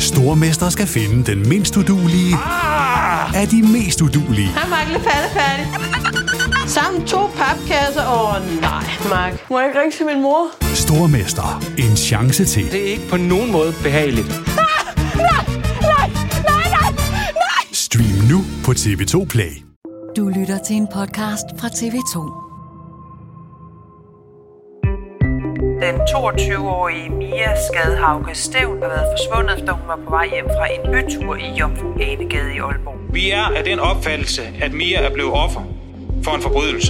Stormester skal finde den mindst uduelige af de mest uduelige. Hej, Mark. Færdig. Sammen 2 papkasser. Nej, Mark. Må jeg ikke ringe til min mor? Stormester. En chance til. Det er ikke på nogen måde behageligt. Nej. Stream nu på TV2 Play. Du lytter til en podcast fra TV2. Den 22-årige Mia Skadhauge Stevn har været forsvundet, da hun var på vej hjem fra en bytur i Jomfru Anegade i Aalborg. Vi er af den opfattelse, at Mia er blevet offer for en forbrydelse.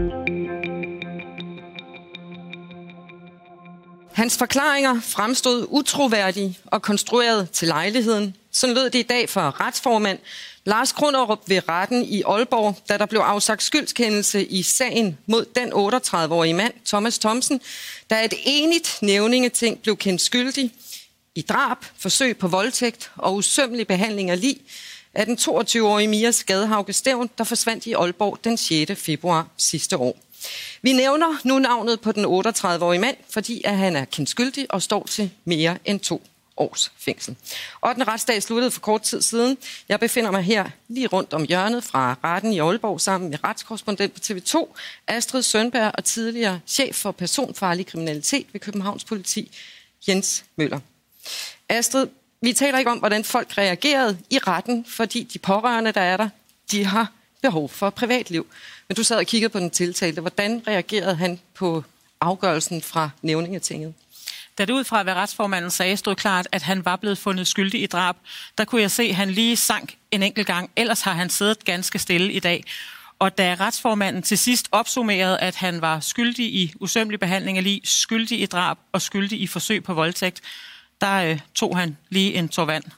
Hans forklaringer fremstod utroværdige og konstrueret til lejligheden. Sådan lød det i dag for retsformand Lars Krunderup ved retten i Aalborg, da der blev afsagt skyldskendelse i sagen mod den 38-årige mand, Thomas Thomsen, da et enigt nævningeting blev kendt skyldig i drab, forsøg på voldtægt og usømmelig behandling af lig af den 22-årige Mia Skadhauge Stevn, der forsvandt i Aalborg den 6. februar sidste år. Vi nævner nu navnet på den 38-årige mand, fordi at han er kendt skyldig og står til mere end 2 års fængsel. Og den retsdag sluttede for kort tid siden. Jeg befinder mig her lige rundt om hjørnet fra retten i Aalborg sammen med retskorrespondent på TV2, Astrid Sønberg og tidligere chef for personfarlig kriminalitet ved Københavns Politi, Jens Møller. Astrid, vi taler ikke om, hvordan folk reagerede i retten, fordi de pårørende, der er der, de har behov for privatliv. Men du sad og kiggede på den tiltalte. Hvordan reagerede han på afgørelsen fra nævningetinget? Da det ud fra, hvad retsformanden sagde, stod klart, at han var blevet fundet skyldig i drab, der kunne jeg se, at han lige sank en enkelt gang. Ellers har han siddet ganske stille i dag. Og da retsformanden til sidst opsummerede, at han var skyldig i usømmelig behandling af lig, skyldig i drab og skyldig i forsøg på voldtægt, der tog han lige en tår vand.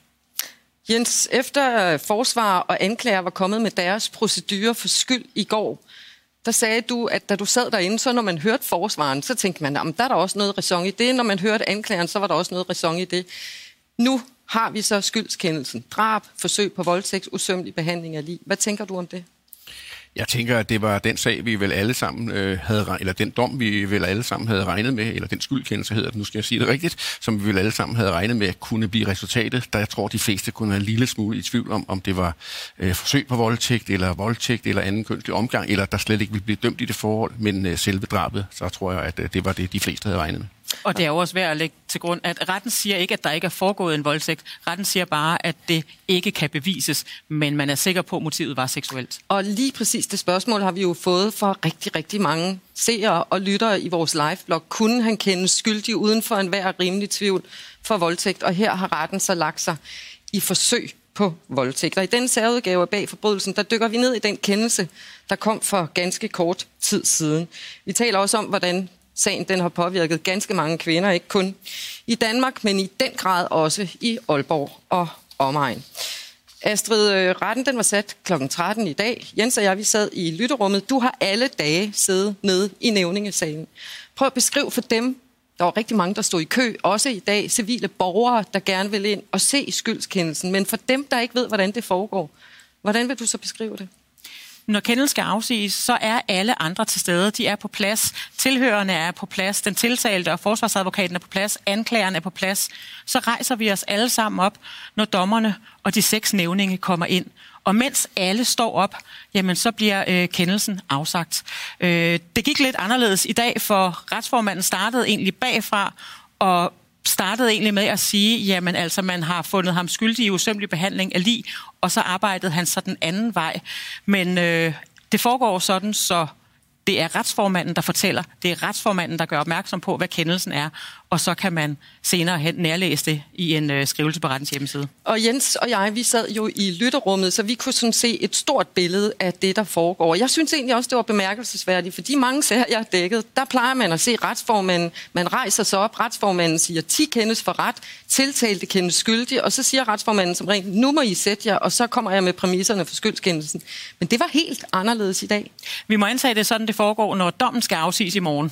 Jens, efter forsvar og anklager var kommet med deres procedure for skyld i går, der sagde du, at da du sad derinde, så når man hørte forsvaren, så tænkte man, at der er der også noget ræson i det. Når man hørte anklageren, så var der også noget ræson i det. Nu har vi så skyldskendelsen. Drab, forsøg på voldtægt, usømmelig behandling af lig. Hvad tænker du om det? Jeg tænker, at det var den sag, vi vel alle sammen eller den dom, vi vel alle sammen havde regnet med, eller den skyldkendelse hedder det, nu skal jeg sige det rigtigt, som vi vel alle sammen havde regnet med, kunne blive resultatet. Der jeg tror, de fleste kunne have en lille smule i tvivl om det var forsøg på voldtægt, eller anden kønslig omgang, eller der slet ikke ville blive dømt i det forhold, men selve drabet, så tror jeg, at det var det, de fleste havde regnet med. Og det er jo også værd at lægge til grund, at retten siger ikke, at der ikke er foregået en voldtægt. Retten siger bare, at det ikke kan bevises, men man er sikker på, at motivet var seksuelt. Og lige præcis det spørgsmål har vi jo fået fra rigtig, rigtig mange seere og lyttere i vores liveblog. Kunne han kendes skyldig uden for enhver rimelig tvivl for voldtægt? Og her har retten så lagt sig i forsøg på voldtægt. Og i den særudgave bag forbrydelsen, der dykker vi ned i den kendelse, der kom for ganske kort tid siden. Vi taler også om, hvordan sagen den har påvirket ganske mange kvinder, ikke kun i Danmark, men i den grad også i Aalborg og omegn. Astrid, retten den var sat kl. 13 i dag. Jens og jeg, vi sad i lytterummet. Du har alle dage siddet nede i nævningesalen. Prøv at beskrive for dem, der var rigtig mange, der stod i kø, også i dag, civile borgere, der gerne vil ind og se skyldskendelsen. Men for dem, der ikke ved, hvordan det foregår, hvordan vil du så beskrive det? Når kendelsen skal afsiges, så er alle andre til stede. De er på plads. Tilhørerne er på plads. Den tiltalte og forsvarsadvokaten er på plads. Anklageren er på plads. Så rejser vi os alle sammen op, når dommerne og de 6 nævninge kommer ind. Og mens alle står op, jamen så bliver kendelsen afsagt. Det gik lidt anderledes i dag, for retsformanden startede egentlig bagfra og startede egentlig med at sige, jamen altså man har fundet ham skyldig i usømmelig behandling af lig, og så arbejdede han så den anden vej. Men det foregår sådan, så det er retsformanden, der fortæller, det er retsformanden, der gør opmærksom på, hvad kendelsen er, og så kan man senere hen nærlæse det i en skrivelse på rettens hjemmeside. Og Jens og jeg, vi sad jo i lytterummet, så vi kunne sådan se et stort billede af det, der foregår. Jeg synes egentlig også, det var bemærkelsesværdigt, for de mange sager, jeg har dækket, der plejer man at se retsformanden, man rejser sig op, retsformanden siger, 10 kendes for ret, tiltalte kendes skyldig, og så siger retsformanden som regel, nu må I sætte jer, og så kommer jeg med præmisserne for skyldskendelsen. Men det var helt anderledes i dag. Vi må antage det sådan, det foregår, når dommen skal afsiges i morgen.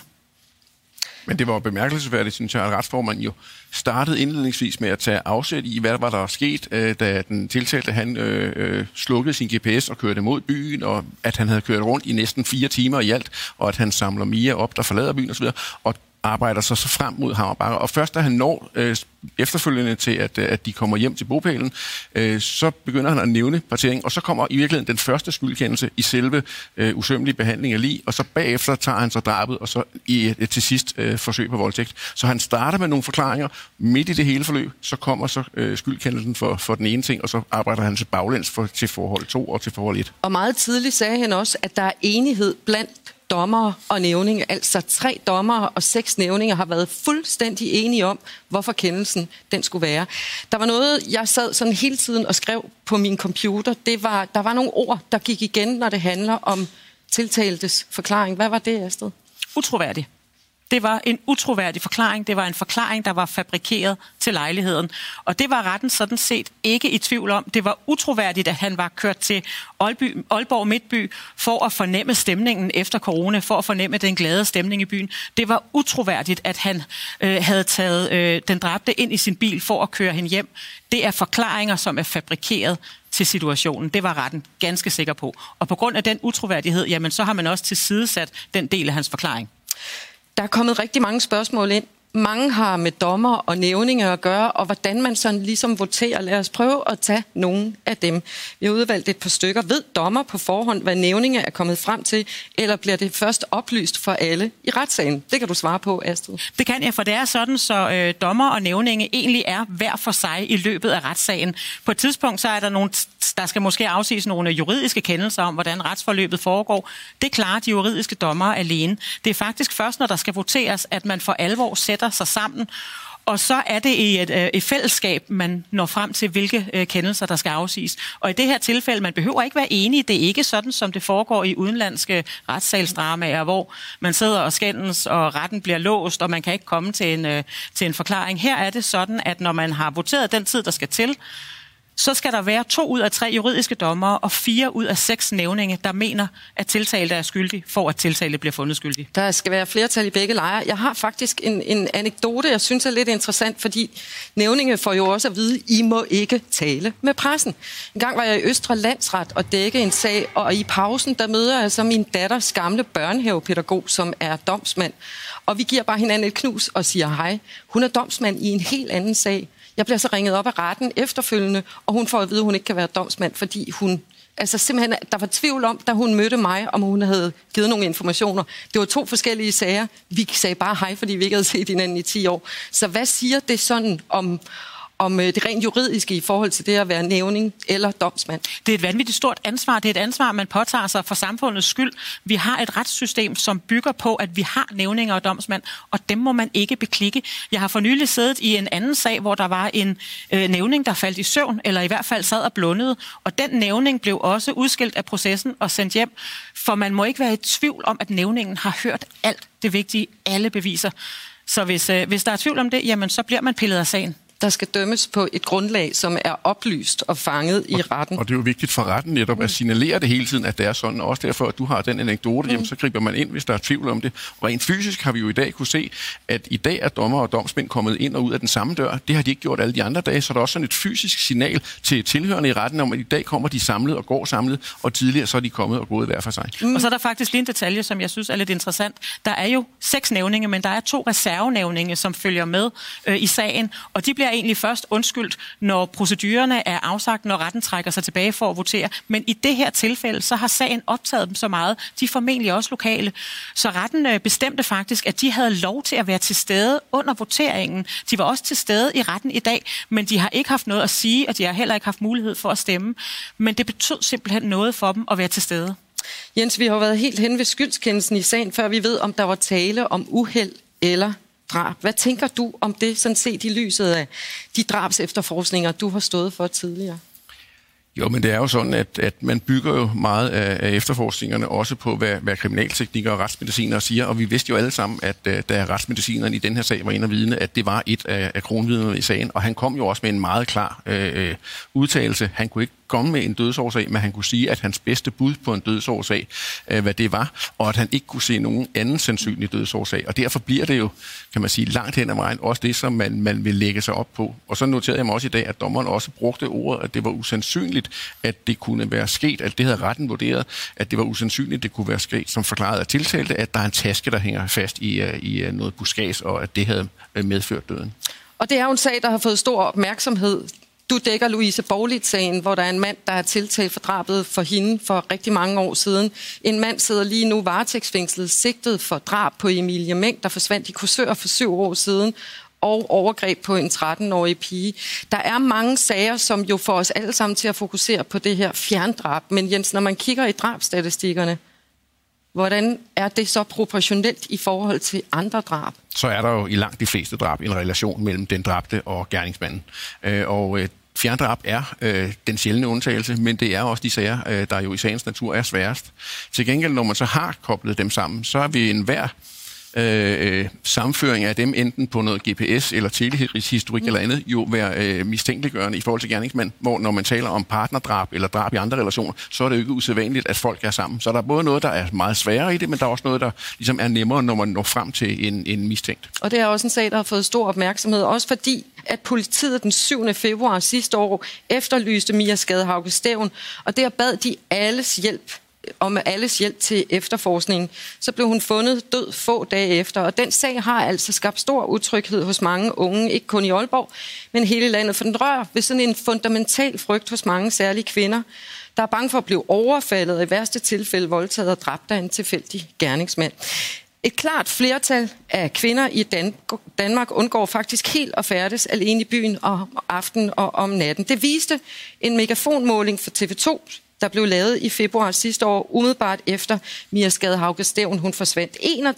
Men det var bemærkelsesværdigt, synes jeg, at retsformanden jo startede indledningsvis med at tage afsæt i, hvad var der sket, da den tiltalte han slukkede sin GPS og kørte mod byen, og at han havde kørt rundt i næsten 4 timer i alt, og at han samler Mia op, der forlader byen osv. Og arbejder sig så frem mod Hammer Bakke. Og først da han når efterfølgende til, at de kommer hjem til bopælen, så begynder han at nævne partering, og så kommer i virkeligheden den første skyldkendelse i selve usømmelige behandling af lig, og så bagefter tager han så drabet, og så til sidst forsøg på voldtægt. Så han starter med nogle forklaringer. Midt i det hele forløb, så kommer så skyldkendelsen for den ene ting, og så arbejder han sig baglæns til forhold 2 og til forhold 1. Og meget tidligt sagde han også, at der er enighed blandt dommere og nævninge, altså 3 dommere og 6 nævninger har været fuldstændig enige om, hvorfor kendelsen den skulle være. Der var noget, jeg sad sådan hele tiden og skrev på min computer. Der var nogle ord, der gik igen, når det handler om tiltaltes forklaring. Hvad var det, Astrid? Utroværdig. Det var en utroværdig forklaring. Det var en forklaring, der var fabrikeret til lejligheden. Og det var retten sådan set ikke i tvivl om. Det var utroværdigt, at han var kørt til Aalborg Midtby for at fornemme stemningen efter corona, for at fornemme den glade stemning i byen. Det var utroværdigt, at han havde taget den dræbte ind i sin bil for at køre hende hjem. Det er forklaringer, som er fabrikeret til situationen. Det var retten ganske sikker på. Og på grund af den utroværdighed, jamen, så har man også tilsidesat den del af hans forklaring. Der er kommet rigtig mange spørgsmål ind. Mange har med dommer og nævninger at gøre, og hvordan man sådan ligesom voterer. Lad os prøve at tage nogle af dem. Vi har udvalgt et par stykker. Ved dommer på forhånd, hvad nævninger er kommet frem til, eller bliver det først oplyst for alle i retssagen? Det kan du svare på, Astrid. Det kan jeg, for det er sådan, så dommer og nævninge egentlig er hver for sig i løbet af retssagen. På et tidspunkt så er der skal måske afsiges nogle juridiske kendelser om, hvordan retsforløbet foregår. Det klarer de juridiske dommere alene. Det er faktisk først, når der skal voteres, at man for alvor sætter sig sammen, og så er det i et fællesskab, man når frem til, hvilke kendelser, der skal afsiges. Og i det her tilfælde, man behøver ikke være enige. Det er ikke sådan, som det foregår i udenlandske retssalsdramaer, hvor man sidder og skændes, og retten bliver låst, og man kan ikke komme til en forklaring. Her er det sådan, at når man har voteret den tid, der skal til, så skal der være 2 ud af 3 juridiske dommere og 4 ud af 6 nævninge, der mener, at tiltalte er skyldig, for at tiltalte bliver fundet skyldig. Der skal være flertal i begge lejre. Jeg har faktisk en anekdote, jeg synes er lidt interessant, fordi nævninge får jo også at vide, I må ikke tale med pressen. En gang var jeg i Østre Landsret og dække en sag, og i pausen, der møder jeg så min datters gamle børnehavepædagog, som er domsmand. Og vi giver bare hinanden et knus og siger hej. Hun er domsmand i en helt anden sag. Jeg bliver så ringet op af retten efterfølgende, og hun får at vide, at hun ikke kan være domsmand, fordi hun... Altså simpelthen, der var tvivl om, da hun mødte mig, om hun havde givet nogle informationer. Det var 2 forskellige sager. Vi sagde bare hej, fordi vi ikke havde set hinanden i 10 år. Så hvad siger det sådan om det rent juridiske i forhold til det at være nævning eller domsmand? Det er et vanvittigt stort ansvar. Det er et ansvar, man påtager sig for samfundets skyld. Vi har et retssystem, som bygger på, at vi har nævninger og domsmand, og dem må man ikke beklikke. Jeg har for nylig siddet i en anden sag, hvor der var en nævning, der faldt i søvn, eller i hvert fald sad og blundede, og den nævning blev også udskilt af processen og sendt hjem, for man må ikke være i tvivl om, at nævningen har hørt alt det vigtige, alle beviser. Så hvis der er tvivl om det, jamen så bliver man pillet af sagen. Der skal dømmes på et grundlag, som er oplyst og fanget i retten. Og det er jo vigtigt for retten netop at signalere det hele tiden, at det er sådan. Også derfor, at du har den anekdote, jamen, så griber man ind, hvis der er tvivl om det. Og rent fysisk har vi jo i dag kunne se, at i dag er dommer og domsmænd kommet ind og ud af den samme dør. Det har de ikke gjort alle de andre dage, så der er også sådan et fysisk signal til tilhørende i retten om, at i dag kommer de samlet og går samlet, og tidligere så er de kommet og gået hver for sig. Og så er der faktisk lige en detalje, som jeg synes er lidt interessant. Der er jo 6 nævninge, men der er 2 reservenævninge, som følger med i sagen, og de bliver egentlig først undskyldt, når procedurerne er afsagt, når retten trækker sig tilbage for at votere. Men i det her tilfælde, så har sagen optaget dem så meget. De er formentlig også lokale. Så retten bestemte faktisk, at de havde lov til at være til stede under voteringen. De var også til stede i retten i dag, men de har ikke haft noget at sige, og de har heller ikke haft mulighed for at stemme. Men det betød simpelthen noget for dem at være til stede. Jens, vi har været helt hen ved skyldskendelsen i sagen, før vi ved, om der var tale om uheld eller drab. Hvad tænker du om det, sådan set i lyset af de drabs efterforskninger, du har stået for tidligere? Jo, men det er jo sådan, at man bygger jo meget af efterforskningerne også på, hvad kriminalteknikere og retsmedicinere siger, og vi vidste jo alle sammen, at da retsmedicineren i den her sag var inde og vidne, at det var et af kronvidnerne i sagen, og han kom jo også med en meget klar udtalelse. Han kunne ikke komme med en dødsårsag, men han kunne sige, at hans bedste bud på en dødsårsag, hvad det var, og at han ikke kunne se nogen anden sandsynlig dødsårsag. Og derfor bliver det jo, kan man sige, langt hen ad vejen også det, som man vil lægge sig op på. Og så noterede jeg mig også i dag, at dommeren også brugte ordet, at det var usandsynligt, at det kunne være sket, at det havde retten vurderet, at det var usandsynligt, at det kunne være sket, som forklaret af tiltalte, at der er en taske, der hænger fast i noget buskads, og at det havde medført døden. Og det er jo en sag, der har fået stor opmærksomhed. Du dækker Louise Borglit-sagen, hvor der er en mand, der er tiltalt for drabet for hende for rigtig mange år siden. En mand sidder lige nu varetægtsfængslet, sigtet for drab på Emilie Meng, der forsvandt i Korsør for 7 år siden, og overgreb på en 13-årig pige. Der er mange sager, som jo får os alle sammen til at fokusere på det her fjerndrab. Men Jens, når man kigger i drabstatistikkerne, hvordan er det så proportionelt i forhold til andre drab? Så er der jo i langt de fleste drab en relation mellem den dræbte og gerningsmanden. Fjerndrab er den sjældne undtagelse, men det er også de sager, der jo i sagens natur er sværest. Til gengæld, når man så har koblet dem sammen, så er vi enhver sammenføring af dem enten på noget GPS eller telehistorik eller andet jo være mistænkeliggørende i forhold til gerningsmænd, hvor når man taler om partnerdrab eller drab i andre relationer, så er det jo ikke usædvanligt, at folk er sammen. Så der er både noget, der er meget sværere i det, men der er også noget, der ligesom er nemmere, når man når frem til en mistænkt. Og det er også en sag, der har fået stor opmærksomhed, også fordi at politiet den 7. februar sidste år efterlyste Mia Skadehauge Stevn, og der bad de alles hjælp til efterforskningen. Så blev hun fundet død få dage efter, og den sag har altså skabt stor utryghed hos mange unge, ikke kun i Aalborg, men hele landet, for den rører ved sådan en fundamental frygt hos mange, særlige kvinder, der er bange for at blive overfaldet og i værste tilfælde voldtaget og dræbt af en tilfældig gerningsmand. Et klart flertal af kvinder i Danmark undgår faktisk helt at færdes alene i byen om aftenen og om natten. Det viste en megafonmåling for TV2, der blev lavet i februar sidste år, umiddelbart efter Mia Skadehauge Stevn, hun forsvandt.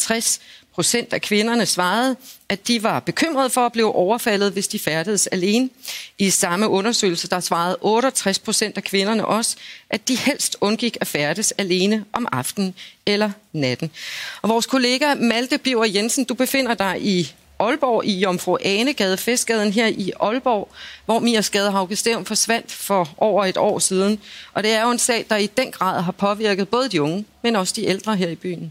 61% af kvinderne svarede, at de var bekymrede for at blive overfaldet, hvis de færdedes alene. I samme undersøgelse, der svarede 68% af kvinderne også, at de helst undgik at færdes alene om aftenen eller natten. Og vores kollega Malte Birger Jensen, du befinder dig i Aalborg, i Jomfru Anegade, Festgaden her i Aalborg, hvor Mia Skadehauge Stevn forsvandt for over et år siden. Og det er jo en sag, der i den grad har påvirket både de unge, men også de ældre her i byen.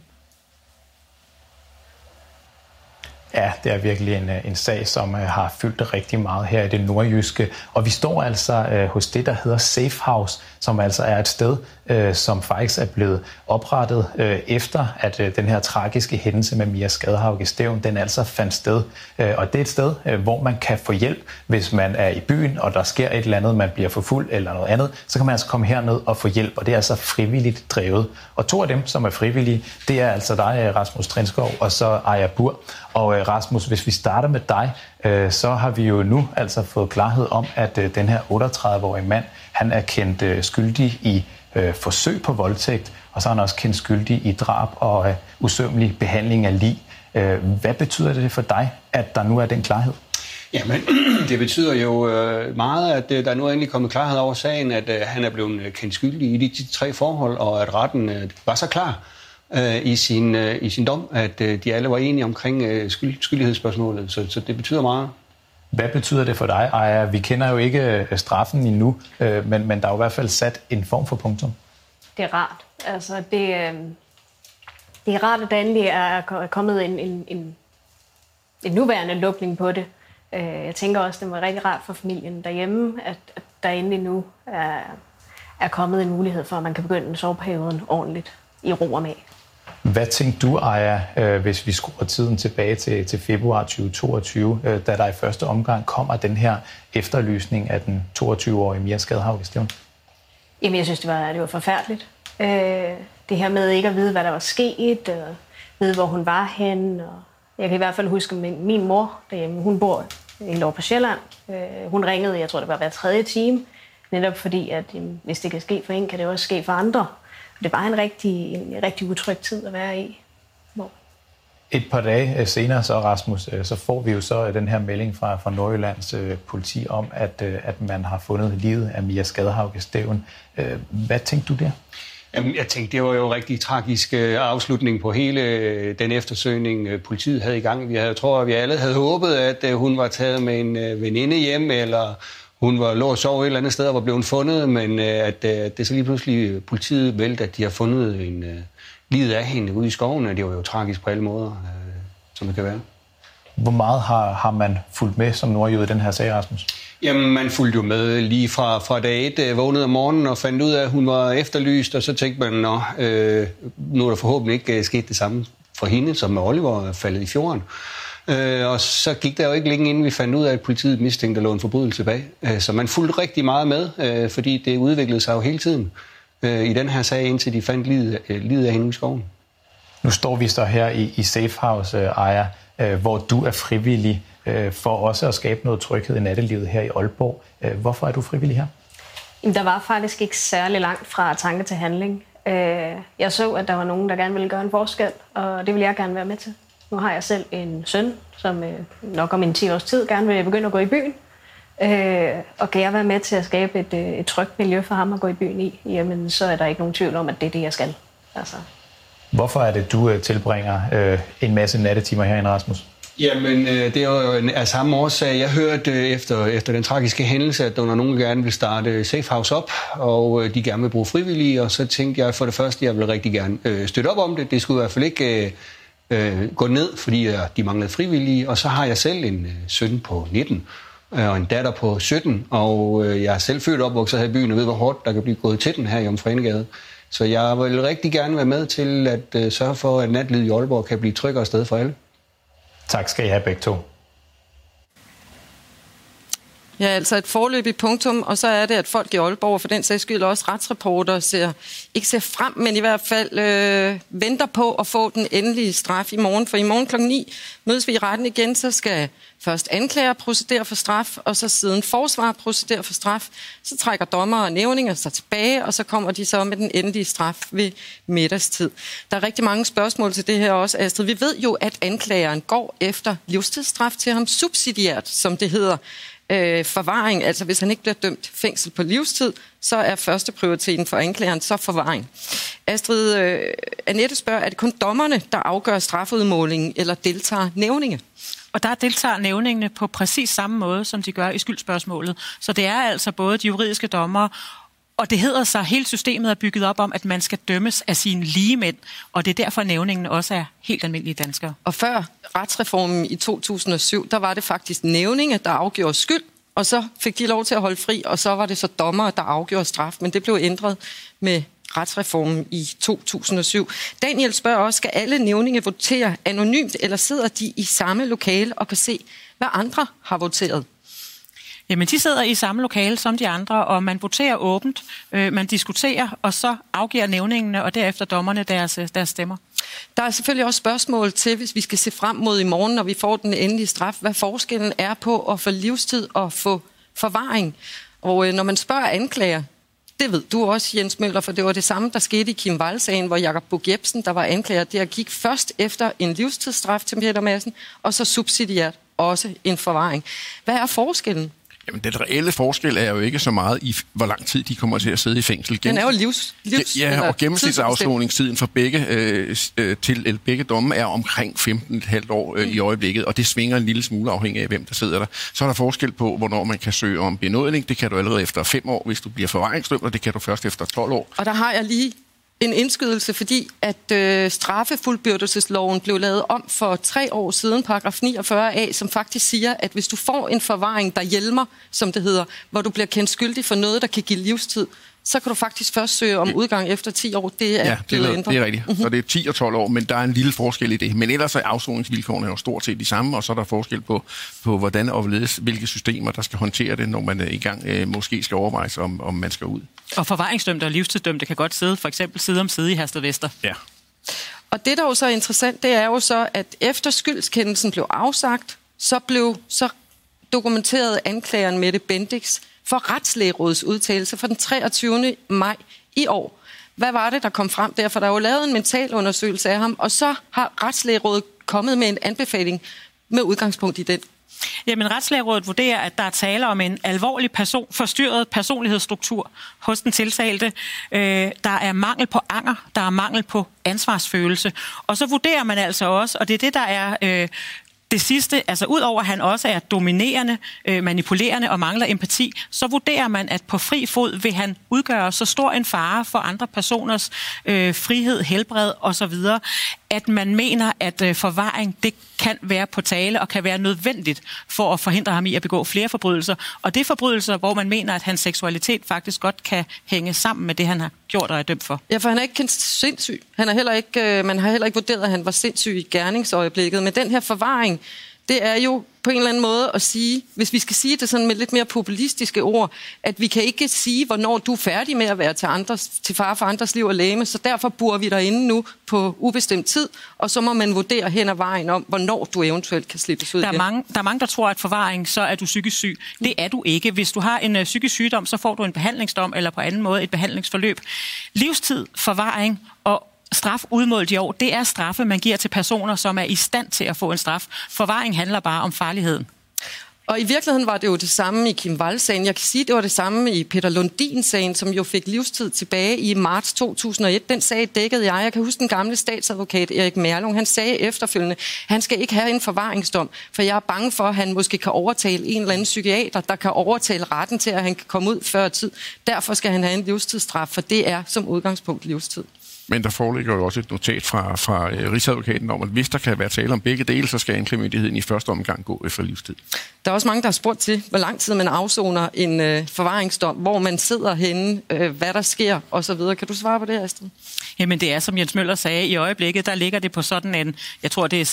Ja, det er virkelig en sag, som har fyldt rigtig meget her i det nordjyske. Og vi står altså hos det, der hedder Safe House, som altså er et sted, som faktisk er blevet oprettet efter, at den her tragiske hændelse med Mia Skadehauge Stevn, den altså fandt sted. Og det er et sted, hvor man kan få hjælp, hvis man er i byen, og der sker et eller andet, man bliver forfulgt eller noget andet, så kan man altså komme herned og få hjælp, og det er altså frivilligt drevet. Og 2 af dem, som er frivillige, det er altså dig, Rasmus Trinskov, og så Aya Bur. Og Rasmus, hvis vi starter med dig, så har vi jo nu altså fået klarhed om, at den her 38-årige mand, han er kendt skyldig i forsøg på voldtægt, og så er han også kendt skyldig i drab og usømmelig behandling af lig. Hvad betyder det for dig, at der nu er den klarhed? Jamen, det betyder jo meget, at der nu er endelig kommet klarhed over sagen, at han er blevet kendt skyldig i de 3 forhold, og at retten var så klar i sin dom, at de alle var enige omkring skyldighedsspørgsmålet, så det betyder meget. Hvad betyder det for dig, Aya? Vi kender jo ikke straffen endnu, men der er jo i hvert fald sat en form for punktum. Det er rart. Altså, det er rart, at der endelig er kommet en nuværende lukning på det. Jeg tænker også, det var rigtig rart for familien derhjemme, at der endelig nu er kommet en mulighed for, at man kan begynde soveperioden ordentligt i ro og mag. Hvad tænkte du, Aya, hvis vi skruer tiden tilbage til februar 2022, da der i første omgang kommer den her efterlysning af den 22-årige Mia Skadehauge Stevn? Jamen, jeg synes, det var forfærdeligt. Det her med ikke at vide, hvad der var sket, og vide, hvor hun var henne. Og jeg kan i hvert fald huske min mor derhjemme. Hun bor helt over på Sjælland. Hun ringede, jeg tror, det var hver 3. time, netop fordi, at hvis det kan ske for en, kan det også ske for andre. Det var en rigtig utryg tid at være i. Et par dage senere, så Rasmus, så får vi jo så den her melding fra Nordjyllands politi om, at man har fundet livet af Mia Skadehauge Stevn. Hvad tænkte du der? Jamen, jeg tænkte, det var jo en rigtig tragisk afslutning på hele den eftersøgning, politiet havde i gang. Jeg tror, at vi alle havde håbet, at hun var taget med en veninde hjem, eller Hun lå og sov et eller andet sted og var blevet fundet, men at det så lige pludselig politiet vælte, at de har fundet livet af hende ude i skoven, og det var jo tragisk på alle måder, som det kan være. Hvor meget har man fulgt med som nordjyde i den her sag, Rasmus? Jamen, man fulgte jo med lige fra dag 1, vågnede om morgenen og fandt ud af, at hun var efterlyst, og så tænkte man, nu er der forhåbentlig ikke sket det samme for hende, som med Oliver faldet i fjorden. Og så gik der jo ikke længe inden vi fandt ud af, at politiet mistænkte, der lå en forbrydelse bag. Så man fulgte rigtig meget med, fordi det udviklede sig jo hele tiden i den her sag, indtil de fandt livet af hende i skoven. Nu står vi så her i Safe House, Aya, hvor du er frivillig for også at skabe noget tryghed i nattelivet her i Aalborg. Hvorfor er du frivillig her? Der var faktisk ikke særlig langt fra tanke til handling. Jeg så, at der var nogen, der gerne ville gøre en forskel, og det vil jeg gerne være med til. Nu har jeg selv en søn, som nok om en 10 års tid gerne vil begynde at gå i byen. Og kan jeg være med til at skabe et trygt miljø for ham at gå i byen i, jamen så er der ikke nogen tvivl om, at det er det, jeg skal. Altså. Hvorfor er det, du tilbringer en masse nattetimer herinde, Rasmus? Jamen, det er jo af samme årsag. Jeg hørte efter den tragiske hændelse, at der var nogen, der gerne vil starte Safe House op, og de gerne vil bruge frivillige, og så tænkte jeg for det første, at jeg vil rigtig gerne støtte op om det. Det skulle i hvert fald ikke gå ned, fordi de manglede frivillige, og så har jeg selv en søn på 19 og en datter på 17, og jeg er selv født og opvokset her i byen og ved, hvor hårdt der kan blive gået til den her i Jomfru Ane Gade. Så jeg vil rigtig gerne være med til at sørge for, at natlivet i Aalborg kan blive tryggere sted for alle. Tak skal I have begge to. Ja, altså et foreløbigt punktum, og så er det, at folk i Aalborg, for den sags skyld også retsreporter, ikke ser frem, men i hvert fald venter på at få den endelige straf i morgen. For i morgen kl. 9 mødes vi i retten igen, så skal først anklager procedere for straf, og så siden forsvar procedere for straf. Så trækker dommer og nævninger sig tilbage, og så kommer de så med den endelige straf ved middagstid. Der er rigtig mange spørgsmål til det her også, Astrid. Vi ved jo, at anklageren går efter livstidsstraf til ham subsidiært, som det hedder. Forvaring, altså hvis han ikke bliver dømt fængsel på livstid, så er første prioriteten for anklageren så forvaring. Astrid, Annette spørger, er det kun dommerne, der afgør strafudmålingen, eller deltager nævninge? Og der deltager nævningene på præcis samme måde, som de gør i skyldspørgsmålet. Så det er altså både de juridiske dommere, og det hedder sig, hele systemet er bygget op om, at man skal dømmes af sine ligemænd, og det er derfor, nævningen også er helt almindelige danskere. Og før retsreformen i 2007, der var det faktisk nævninge, der afgjorde skyld, og så fik de lov til at holde fri, og så var det så dommere, der afgjorde straf, men det blev ændret med retsreformen i 2007. Daniel spørger også, skal alle nævninge votere anonymt, eller sidder de i samme lokale og kan se, hvad andre har voteret? Jamen, de sidder i samme lokale som de andre, og man voterer åbent, man diskuterer, og så afgiver nævningene, og derefter dommerne deres stemmer. Der er selvfølgelig også spørgsmål til, hvis vi skal se frem mod i morgen, når vi får den endelige straf, hvad forskellen er på at få livstid og få forvaring. Og når man spørger anklager, det ved du også, Jens Møller, for det var det samme, der skete i Kim Wall-sagen, hvor Jakob Buch Jebsen, der var anklager, der gik først efter en livstidsstraf til Peter Madsen, og så subsidiært også en forvaring. Hvad er forskellen? Jamen, den reelle forskel er jo ikke så meget i, hvor lang tid de kommer til at sidde i fængsel. Den er jo Ja, og gennemsnitsafsoningstiden for begge domme er omkring 15,5 år i øjeblikket, og det svinger en lille smule afhængig af, hvem der sidder der. Så er der forskel på, hvornår man kan søge om benådning. Det kan du allerede efter 5 år, hvis du bliver forvaringsdømt, og det kan du først efter 12 år. Og der har jeg lige en indskydelse, fordi at straffefuldbyrdelsesloven blev lavet om for 3 år siden, paragraf 49a, som faktisk siger, at hvis du får en forvaring, der hjælmer, som det hedder, hvor du bliver kendt skyldig for noget, der kan give livstid, så kan du faktisk først søge om udgang efter 10 år. Det er blevet ændret. Det er rigtigt. Så det er 10 og 12 år, men der er en lille forskel i det. Men ellers er afsoningsvilkårene jo stort set de samme, og så er der forskel på hvordan og hvilke systemer, der skal håndtere det, når man i gang måske skal overvejes, om man skal ud. Og forvaringsdømte og livstidsdømte kan godt sidde, for eksempel side om side i Herstedvester. Ja. Og det, der jo så er interessant, det er jo så, at efter skyldskendelsen blev afsagt, så dokumenterede anklageren Mette Bendix for Retslægerådets udtalelse fra den 23. maj i år. Hvad var det, der kom frem der? For der er jo lavet en mentalundersøgelse af ham, og så har Retslægerådet kommet med en anbefaling med udgangspunkt i den. Jamen, Retslægerådet vurderer, at der er tale om en alvorlig forstyrret personlighedsstruktur hos den tiltalte. Der er mangel på anger, der er mangel på ansvarsfølelse. Og så vurderer man altså også, og det er det, der er Det sidste, altså udover at han også er dominerende, manipulerende og mangler empati, så vurderer man, at på fri fod vil han udgøre så stor en fare for andre personers frihed, helbred osv., at man mener, at forvaring det kan være på tale og kan være nødvendigt for at forhindre ham i at begå flere forbrydelser. Og det er forbrydelser, hvor man mener, at hans seksualitet faktisk godt kan hænge sammen med det, han har gjort og er dømt for. Ja, for han er ikke kendt sindssyg. Han er heller ikke, man har heller ikke vurderet, at han var sindssyg i gerningsøjeblikket. Men den her forvaring, det er jo på en eller anden måde at sige, hvis vi skal sige det sådan med lidt mere populistiske ord, at vi kan ikke sige, hvornår du er færdig med at være til fare for andres liv og legeme, så derfor bor vi derinde nu på ubestemt tid, og så må man vurdere hen ad vejen om, hvornår du eventuelt kan slippes ud igen. Der er mange, der tror, at forvaring, så er du psykisk syg. Det er du ikke. Hvis du har en psykisk sygdom, så får du en behandlingsdom, eller på anden måde et behandlingsforløb. Livstid, forvaring og straf udmålt i år, det er straffe, man giver til personer, som er i stand til at få en straf. Forvaring handler bare om farligheden. Og i virkeligheden var det jo det samme i Kim Wall-sagen. Jeg kan sige, det var det samme i Peter Lundin-sagen, som jo fik livstid tilbage i marts 2001. Den sag dækkede jeg. Jeg kan huske den gamle statsadvokat Erik Merlung. Han sagde efterfølgende, han skal ikke have en forvaringsdom, for jeg er bange for, at han måske kan overtale en eller anden psykiater, der kan overtale retten til, at han kan komme ud før tid. Derfor skal han have en livstidsstraf, for det er som udgangspunkt livstid. Men der foreligger jo også et notat fra Rigsadvokaten om, at hvis der kan være tale om begge dele, så skal anklagemyndigheden i første omgang gå efter livstid. Der er også mange, der har spurgt til, hvor lang tid man afsoner en forvaringsdom, hvor man sidder henne, hvad der sker osv. Kan du svare på det, Astrid? Jamen det er, som Jens Møller sagde, i øjeblikket, der ligger det på sådan en, jeg tror det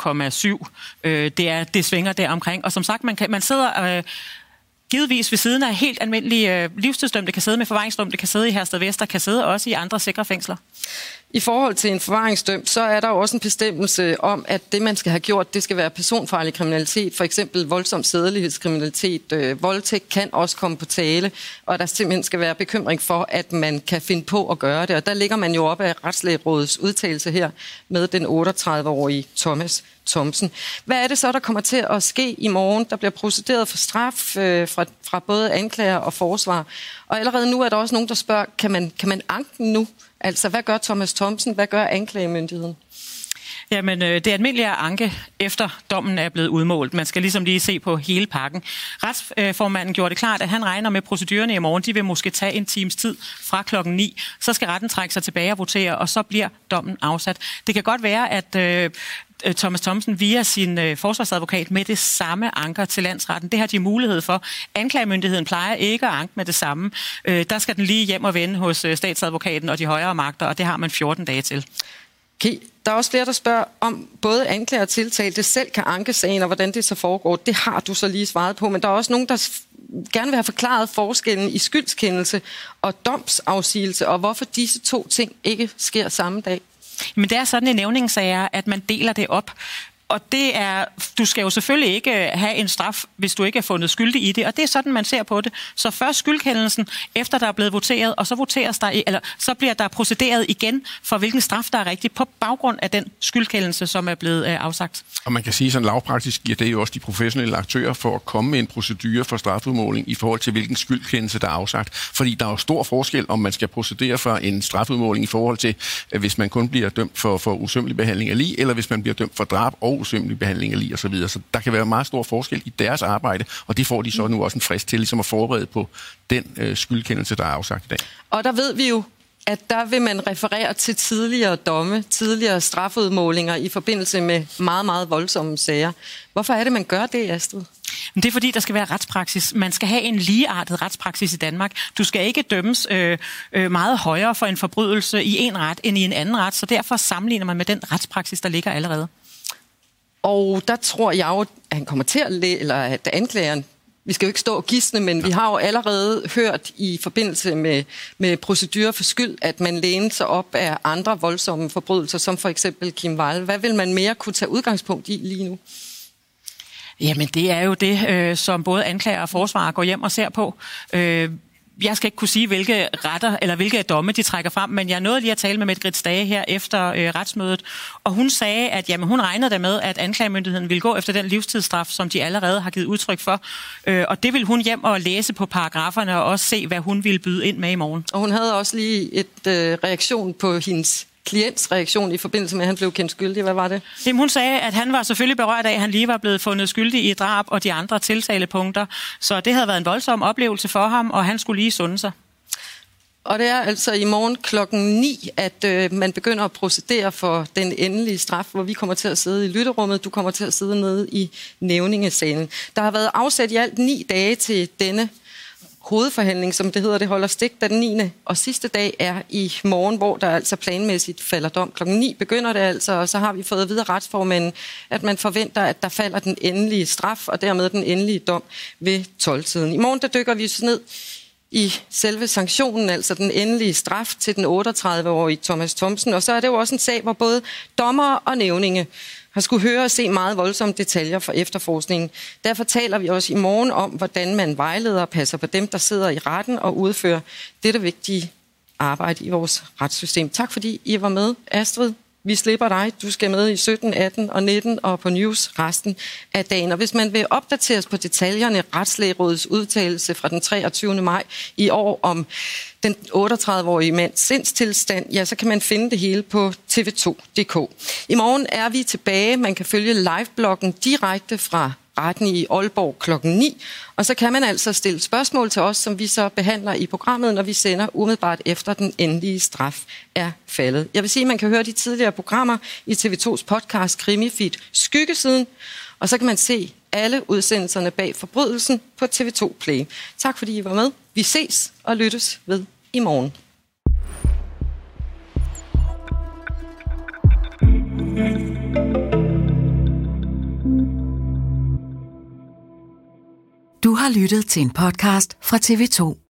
er 16,7. Det svinger der omkring. Og som sagt, man sidder... givetvis ved siden af helt almindelige livstidsdømte kan sidde med forvaringsdømte, kan sidde i Herstedvest, kan sidde også i andre sikre fængsler. I forhold til en forvaringsdømt, så er der jo også en bestemmelse om, at det, man skal have gjort, det skal være personfarlig kriminalitet, for eksempel voldsom sædelighedskriminalitet. Voldtægt kan også komme på tale, og der simpelthen skal være bekymring for, at man kan finde på at gøre det. Og der ligger man jo op af Retslægerådets udtalelse her med den 38-årige Thomas Thomsen. Hvad er det så, der kommer til at ske i morgen? Der bliver procederet for straf fra både anklager og forsvar. Og allerede nu er der også nogen, der spørger, kan man anke den nu? Altså, hvad gør Thomas Thomsen? Hvad gør anklagemyndigheden? Jamen, det er almindeligt at anke, efter dommen er blevet udmålt. Man skal ligesom lige se på hele pakken. Retsformanden gjorde det klart, at han regner med procedurerne i morgen. De vil måske tage en times tid fra 9:00. Så skal retten trække sig tilbage og votere, og så bliver dommen afsat. Det kan godt være, at Thomas Thomsen via sin forsvarsadvokat med det samme anker til landsretten. Det har de mulighed for. Anklagemyndigheden plejer ikke at anke med det samme. Der skal den lige hjem og vende hos statsadvokaten og de højere magter, og det har man 14 dage til. Okay. Der er også flere, der spørger om både anklager og tiltalte selv kan anke sagen, og hvordan det så foregår. Det har du så lige svaret på, men der er også nogen, der gerne vil have forklaret forskellen i skyldskendelse og domsafsigelse, og hvorfor disse to ting ikke sker samme dag. Men det er sådan i nævningssager, at man deler det op. Og det er, du skal jo selvfølgelig ikke have en straf, hvis du ikke er fundet skyldig i det, og det er sådan, man ser på det. Så først skyldkendelsen, efter der er blevet voteret, og så bliver der procederet igen for, hvilken straf der er rigtig, på baggrund af den skyldkendelse, som er blevet afsagt. Og man kan sige, sådan lavpraktisk giver det jo også de professionelle aktører for at komme med en procedure for strafudmåling i forhold til, hvilken skyldkendelse der er afsagt. Fordi der er jo stor forskel, om man skal procedere for en strafudmåling i forhold til, hvis man kun bliver dømt for usømmelig behandling af lig, eller hvis man bliver dømt for drab og usømmelig behandling af lig og så videre. Så der kan være meget stor forskel i deres arbejde, og det får de så nu også en frist til, ligesom at forberede på den skyldkendelse, der er afsagt i dag. Og der ved vi jo, at der vil man referere til tidligere domme, tidligere strafudmålinger i forbindelse med meget, meget voldsomme sager. Hvorfor er det, man gør det, Astrid? Det er fordi, der skal være retspraksis. Man skal have en ligeartet retspraksis i Danmark. Du skal ikke dømmes meget højere for en forbrydelse i en ret end i en anden ret, så derfor sammenligner man med den retspraksis, der ligger allerede. Og der tror jeg jo, at han kommer til at anklageren, vi skal jo ikke stå og gisne, men vi har jo allerede hørt i forbindelse med procedurer for skyld, at man læner sig op af andre voldsomme forbrydelser, som for eksempel Kim Wall. Hvad vil man mere kunne tage udgangspunkt i lige nu? Jamen, det er jo det, som både anklager og forsvarer går hjem og ser på. Jeg skal ikke kunne sige, hvilke retter eller hvilke domme de trækker frem, men jeg nåede lige at tale med Mette Grits Dage her efter retsmødet, og hun sagde, at jamen, hun regnede der med, at anklagemyndigheden ville gå efter den livstidsstraf, som de allerede har givet udtryk for, og det vil hun hjem og læse på paragraferne og også se, hvad hun ville byde ind med i morgen. Og hun havde også lige et reaktion på hendes klients reaktion i forbindelse med, at han blev kendt skyldig. Hvad var det? Jamen, hun sagde, at han var selvfølgelig berørt af, at han lige var blevet fundet skyldig i drab og de andre tiltalepunkter. Så det havde været en voldsom oplevelse for ham, og han skulle lige sunde sig. Og det er altså i morgen 9:00, at man begynder at procedere for den endelige straf, hvor vi kommer til at sidde i lytterummet. Du kommer til at sidde nede i nævningesalen. Der har været afsat i alt 9 dage til denne hovedforhandling, som det hedder. Det holder stik, da den 9. og sidste dag er i morgen, hvor der altså planmæssigt falder dom. 9:00 begynder det altså, og så har vi fået at vide af retsformanden, at man forventer, at der falder den endelige straf, og dermed den endelige dom ved 12-tiden. I morgen der dykker vi så ned i selve sanktionen, altså den endelige straf til den 38-årige Thomas Thomsen. Og så er det jo også en sag, hvor både dommere og nævninge har skulle høre og se meget voldsomme detaljer fra efterforskningen. Derfor taler vi også i morgen om, hvordan man vejleder og passer på dem, der sidder i retten og udfører dette vigtige arbejde i vores retssystem. Tak fordi I var med, Astrid. Vi slipper dig. Du skal med i 17, 18 og 19 og på News resten af dagen. Og hvis man vil opdateres på detaljerne, Retslægerådets udtalelse fra den 23. maj i år om den 38-årige mands sindstilstand, ja, så kan man finde det hele på tv2.dk. I morgen er vi tilbage. Man kan følge livebloggen direkte fra retten i Aalborg 9:00. Og så kan man altså stille spørgsmål til os, som vi så behandler i programmet, når vi sender umiddelbart efter den endelige straf er faldet. Jeg vil sige, at man kan høre de tidligere programmer i TV2's podcast Krimifeed Skyggesiden, og så kan man se alle udsendelserne bag forbrydelsen på TV2 Play. Tak fordi I var med. Vi ses og lyttes ved i morgen. Du har lyttet til en podcast fra TV2.